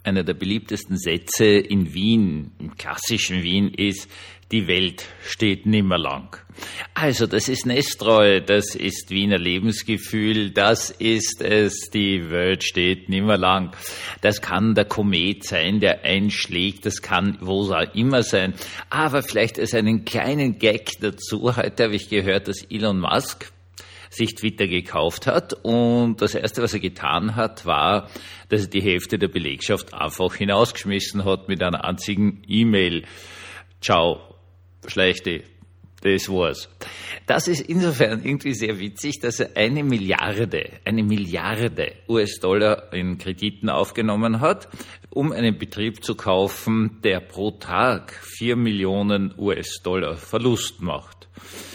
Einer der beliebtesten Sätze in Wien, im klassischen Wien, ist: Die Welt steht nimmer lang. Also das ist Nestroy, das ist Wiener Lebensgefühl, das ist es, die Welt steht nimmer lang. Das kann der Komet sein, der einschlägt, das kann wo auch immer sein. Aber vielleicht als einen kleinen Gag dazu, heute habe ich gehört, dass Elon Musk sich Twitter gekauft hat und das Erste, was er getan hat, war, dass er die Hälfte der Belegschaft einfach hinausgeschmissen hat mit einer einzigen E-Mail. Ciao, Schlechte, das war's. Das ist insofern irgendwie sehr witzig, dass er eine Milliarde US-Dollar in Krediten aufgenommen hat, um einen Betrieb zu kaufen, der pro Tag 4 Millionen US-Dollar Verlust macht.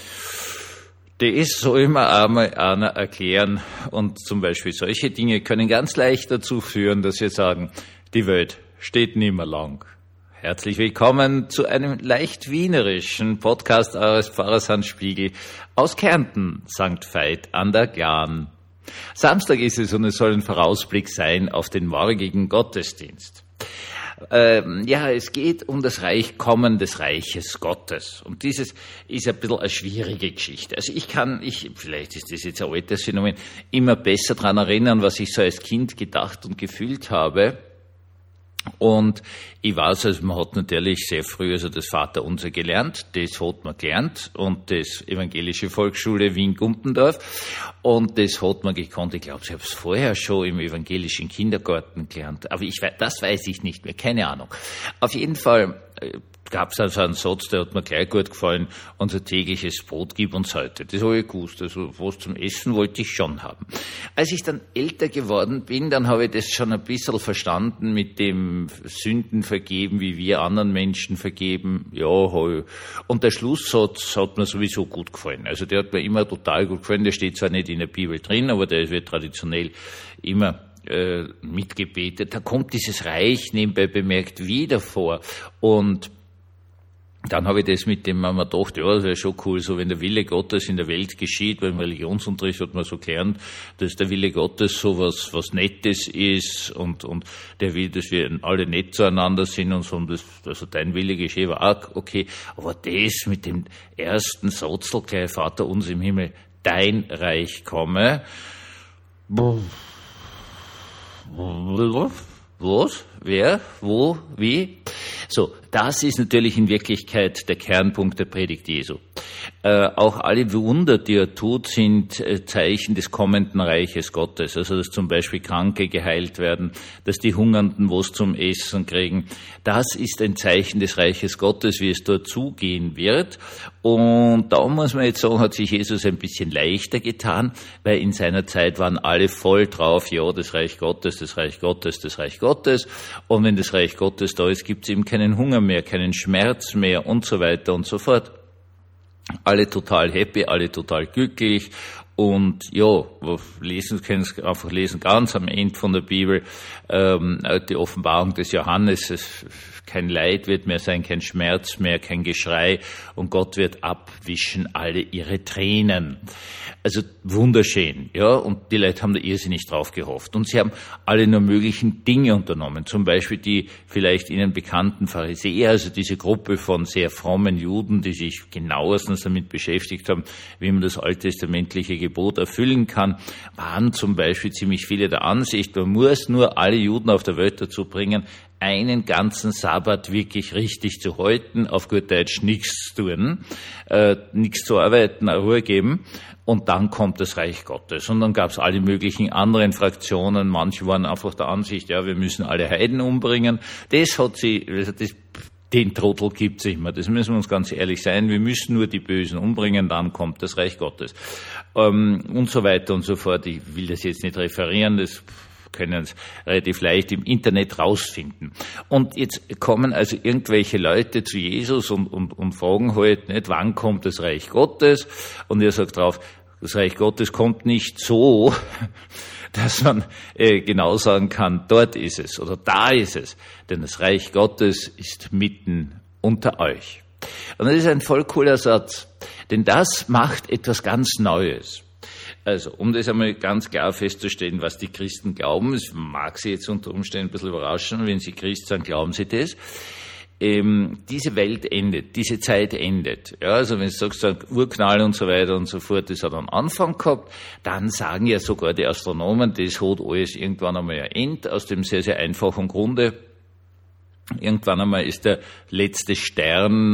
Das soll mir einmal einer erklären. Und zum Beispiel solche Dinge können ganz leicht dazu führen, dass wir sagen, die Welt steht nimmer lang. Herzlich willkommen zu einem leicht wienerischen Podcast eures Pfarrers Hans Spiegel aus Kärnten, St. Veit an der Glan. Samstag ist es und es soll ein Vorausblick sein auf den morgigen Gottesdienst. Es geht um das Kommen des Reiches Gottes. Und dieses ist ein bisschen eine schwierige Geschichte. Also vielleicht ist das jetzt ein altes Phänomen, immer besser daran erinnern, was ich so als Kind gedacht und gefühlt habe. Und ich weiß, also man hat natürlich sehr früh das Vaterunser gelernt, das hat man gelernt, und das Evangelische Volksschule Wien-Gumpendorf, und das hat man gekonnt. Ich glaube, ich habe es vorher schon im evangelischen Kindergarten gelernt, aber das weiß ich nicht mehr, keine Ahnung. Auf jeden Fall gab es also einen Satz, der hat mir gleich gut gefallen: Unser tägliches Brot gib uns heute. Das habe ich gewusst, also was zum Essen wollte ich schon haben. Als ich dann älter geworden bin, dann habe ich das schon ein bisschen verstanden mit dem Sünden vergeben, wie wir anderen Menschen vergeben. Ja, und der Schlusssatz hat mir sowieso gut gefallen. Also der hat mir immer total gut gefallen. Der steht zwar nicht in der Bibel drin, aber der wird traditionell immer mitgebetet. Da kommt dieses Reich, nebenbei bemerkt, wieder vor. Und dann habe ich das mit dem, man gedacht, ja, das wäre schon cool, so wenn der Wille Gottes in der Welt geschieht. Beim Religionsunterricht hat man so gelernt, dass der Wille Gottes so was Nettes ist und der will, dass wir alle nett zueinander sind und so, also dein Wille geschehe war auch okay. Aber das mit dem ersten Satz gleich: Vater unser im Himmel, dein Reich komme. Was? Wer? Wo? Wie? So, das ist natürlich in Wirklichkeit der Kernpunkt der Predigt Jesu. Auch alle Wunder, die er tut, sind Zeichen des kommenden Reiches Gottes. Also, dass zum Beispiel Kranke geheilt werden, dass die Hungernden was zum Essen kriegen. Das ist ein Zeichen des Reiches Gottes, wie es dort zugehen wird. Und da muss man jetzt sagen, hat sich Jesus ein bisschen leichter getan, weil in seiner Zeit waren alle voll drauf: Ja, das Reich Gottes, das Reich Gottes, das Reich Gottes. Und wenn das Reich Gottes da ist, gibt es eben keinen Hunger mehr, keinen Schmerz mehr und so weiter und so fort. Alle total happy, alle total glücklich. Und ja, können es einfach lesen, ganz am Ende von der Bibel, die Offenbarung des Johannes: Kein Leid wird mehr sein, kein Schmerz mehr, kein Geschrei, und Gott wird abwischen alle ihre Tränen. Also wunderschön, ja, und die Leute haben da irrsinnig drauf gehofft. Und sie haben alle nur möglichen Dinge unternommen, zum Beispiel die vielleicht Ihnen bekannten Pharisäer, also diese Gruppe von sehr frommen Juden, die sich genauestens damit beschäftigt haben, wie man das alttestamentliche Gebot erfüllen kann, waren zum Beispiel ziemlich viele der Ansicht, man muss nur alle Juden auf der Welt dazu bringen, einen ganzen Sabbat wirklich richtig zu halten, auf gut Deutsch nichts zu tun, nichts zu arbeiten, Ruhe geben, und dann kommt das Reich Gottes. Und dann gab es alle möglichen anderen Fraktionen. Manche waren einfach der Ansicht, ja, wir müssen alle Heiden umbringen. Den Trottel gibt's immer. Das müssen wir uns ganz ehrlich sein. Wir müssen nur die Bösen umbringen, dann kommt das Reich Gottes. Und so weiter und so fort. Ich will das jetzt nicht referieren, das können es relativ leicht im Internet rausfinden. Und jetzt kommen also irgendwelche Leute zu Jesus und fragen halt nicht, wann kommt das Reich Gottes? Und er sagt drauf, das Reich Gottes kommt nicht so, dass man genau sagen kann, dort ist es oder da ist es. Denn das Reich Gottes ist mitten unter euch. Und das ist ein voll cooler Satz, denn das macht etwas ganz Neues. Also, um das einmal ganz klar festzustellen, was die Christen glauben, es mag sie jetzt unter Umständen ein bisschen überraschen, wenn sie Christ sind, glauben sie das. Diese Welt endet, diese Zeit endet. Ja, also wenn du sagst, ein Urknall und so weiter und so fort, das hat einen Anfang gehabt, dann sagen ja sogar die Astronomen, das hat alles irgendwann einmal ein Ende, aus dem sehr, sehr einfachen Grunde. Irgendwann einmal ist der letzte Stern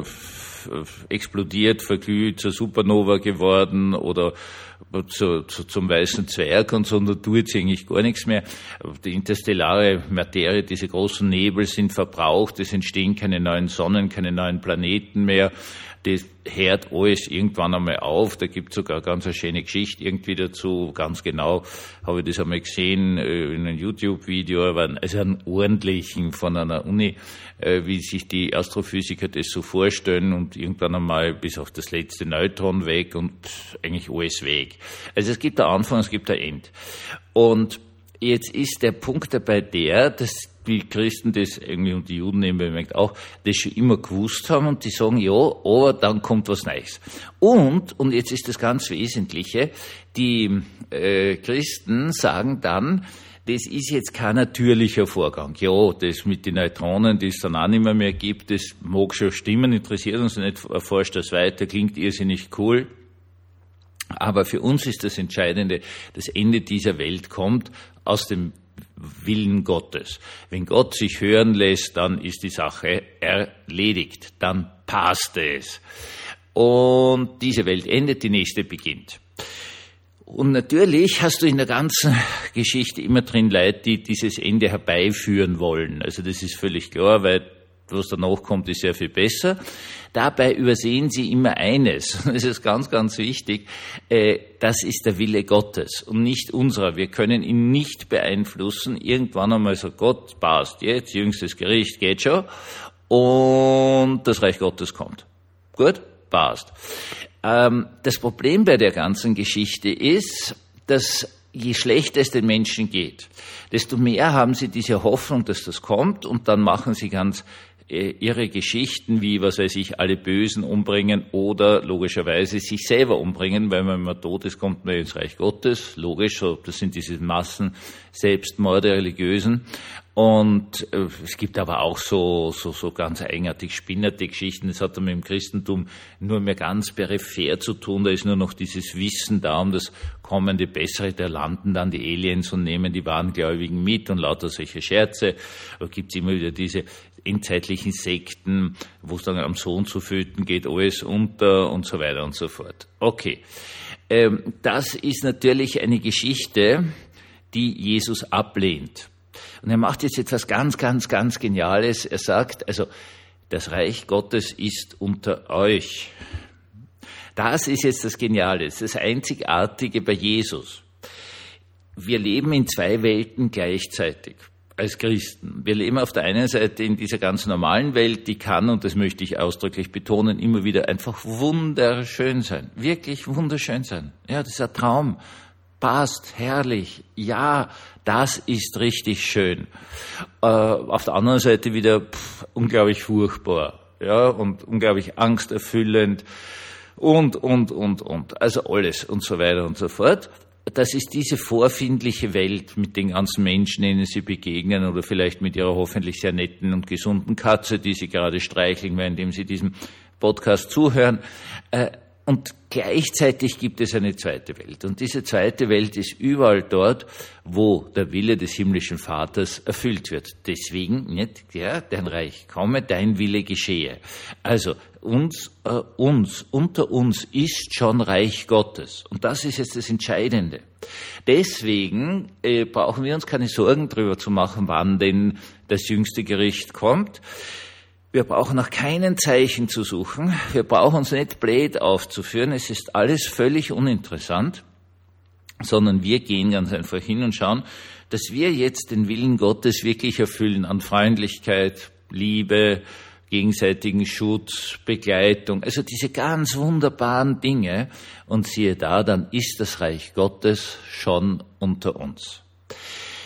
explodiert, verglüht, zur Supernova geworden oder zum weißen Zwerg und so, und da tut sich eigentlich gar nichts mehr. Die interstellare Materie, diese großen Nebel sind verbraucht, es entstehen keine neuen Sonnen, keine neuen Planeten mehr. Das hört alles irgendwann einmal auf. Da gibt es sogar ganz eine schöne Geschichte irgendwie dazu. Ganz genau habe ich das einmal gesehen in einem YouTube-Video, also einen ordentlichen von einer Uni, wie sich die Astrophysiker das so vorstellen, und irgendwann einmal bis auf das letzte Neutron weg und eigentlich alles weg. Also es gibt einen Anfang, es gibt ein Ende. Und jetzt ist der Punkt dabei dass die Christen das irgendwie und die Juden nebenbei auch das schon immer gewusst haben, und die sagen, ja, aber dann kommt was Neues. Und jetzt ist das ganz Wesentliche, die Christen sagen dann, das ist jetzt kein natürlicher Vorgang. Ja, das mit den Neutronen, die es dann auch nicht mehr gibt, das mag schon stimmen, interessiert uns nicht, erforscht das weiter, klingt irrsinnig cool. Aber für uns ist das Entscheidende, das Ende dieser Welt kommt aus dem Willen Gottes. Wenn Gott sich hören lässt, dann ist die Sache erledigt. Dann passt es. Und diese Welt endet, die nächste beginnt. Und natürlich hast du in der ganzen Geschichte immer drin Leute, die dieses Ende herbeiführen wollen. Also das ist völlig klar, weil was danach kommt, ist sehr viel besser. Dabei übersehen sie immer eines, das ist ganz, ganz wichtig, das ist der Wille Gottes und nicht unserer. Wir können ihn nicht beeinflussen. Irgendwann einmal sagt Gott, passt jetzt, jüngstes Gericht geht schon, und das Reich Gottes kommt. Gut? Passt. Das Problem bei der ganzen Geschichte ist, dass je schlechter es den Menschen geht, desto mehr haben sie diese Hoffnung, dass das kommt, und dann machen sie ganz ihre Geschichten wie, was weiß ich, alle Bösen umbringen oder logischerweise sich selber umbringen, weil wenn man tot ist, kommt man ins Reich Gottes, logisch, das sind diese Massen Selbstmorde, religiösen. Und es gibt aber auch so ganz eigenartig spinnerte Geschichten. Das hat dann mit dem Christentum nur mehr ganz peripher zu tun. Da ist nur noch dieses Wissen da um das kommende Bessere. Da landen dann die Aliens und nehmen die Wahngläubigen mit und lauter solche Scherze. Da gibt's immer wieder diese endzeitlichen Sekten, wo es dann am Sohn zu föten geht, alles unter und so weiter und so fort. Okay, das ist natürlich eine Geschichte, die Jesus ablehnt. Und er macht jetzt etwas ganz, ganz, ganz Geniales. Er sagt, also, das Reich Gottes ist unter euch. Das ist jetzt das Geniale, das ist das Einzigartige bei Jesus. Wir leben in zwei Welten gleichzeitig als Christen. Wir leben auf der einen Seite in dieser ganz normalen Welt, die kann, und das möchte ich ausdrücklich betonen, immer wieder einfach wunderschön sein. Wirklich wunderschön sein. Ja, das ist ein Traum. Passt, herrlich, ja, das ist richtig schön. Auf der anderen Seite wieder unglaublich furchtbar, ja, und unglaublich angsterfüllend und. Also alles und so weiter und so fort. Das ist diese vorfindliche Welt mit den ganzen Menschen, denen sie begegnen, oder vielleicht mit ihrer hoffentlich sehr netten und gesunden Katze, die sie gerade streicheln, indem sie diesem Podcast zuhören. Und gleichzeitig gibt es eine zweite Welt. Und diese zweite Welt ist überall dort, wo der Wille des himmlischen Vaters erfüllt wird. Deswegen nicht, ja, dein Reich komme, dein Wille geschehe. Also unter uns ist schon Reich Gottes. Und das ist jetzt das Entscheidende. Deswegen brauchen wir uns keine Sorgen darüber zu machen, wann denn das jüngste Gericht kommt. Wir brauchen nach keinen Zeichen zu suchen. Wir brauchen uns nicht blöd aufzuführen. Es ist alles völlig uninteressant, sondern wir gehen ganz einfach hin und schauen, dass wir jetzt den Willen Gottes wirklich erfüllen an Freundlichkeit, Liebe, gegenseitigen Schutz, Begleitung, also diese ganz wunderbaren Dinge. Und siehe da, dann ist das Reich Gottes schon unter uns.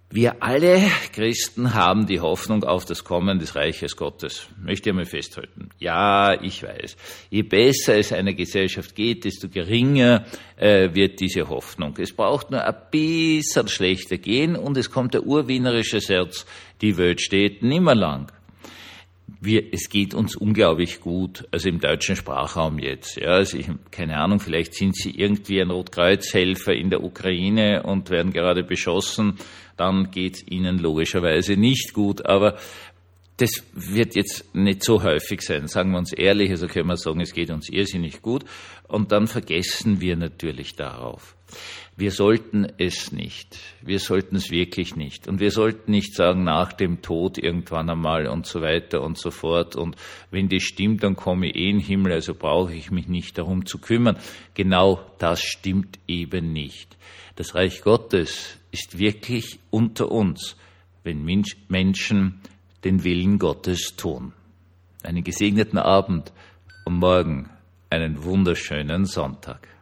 Wir alle Christen haben die Hoffnung auf das Kommen des Reiches Gottes. Möchte ich einmal festhalten. Ja, ich weiß. Je besser es einer Gesellschaft geht, desto geringer wird diese Hoffnung. Es braucht nur ein bisschen schlechter gehen und es kommt der urwienerische Satz, die Welt steht nimmer lang. Es geht uns unglaublich gut, also im deutschen Sprachraum jetzt. Ja, also keine Ahnung, vielleicht sind Sie irgendwie ein Rotkreuzhelfer in der Ukraine und werden gerade beschossen, dann geht's Ihnen logischerweise nicht gut, aber das wird jetzt nicht so häufig sein, sagen wir uns ehrlich, also können wir sagen, es geht uns irrsinnig gut und dann vergessen wir natürlich darauf. Wir sollten es nicht. Wir sollten es wirklich nicht. Und wir sollten nicht sagen, nach dem Tod irgendwann einmal und so weiter und so fort. Und wenn das stimmt, dann komme ich in den Himmel, also brauche ich mich nicht darum zu kümmern. Genau das stimmt eben nicht. Das Reich Gottes ist wirklich unter uns, wenn Menschen den Willen Gottes tun. Einen gesegneten Abend und morgen einen wunderschönen Sonntag.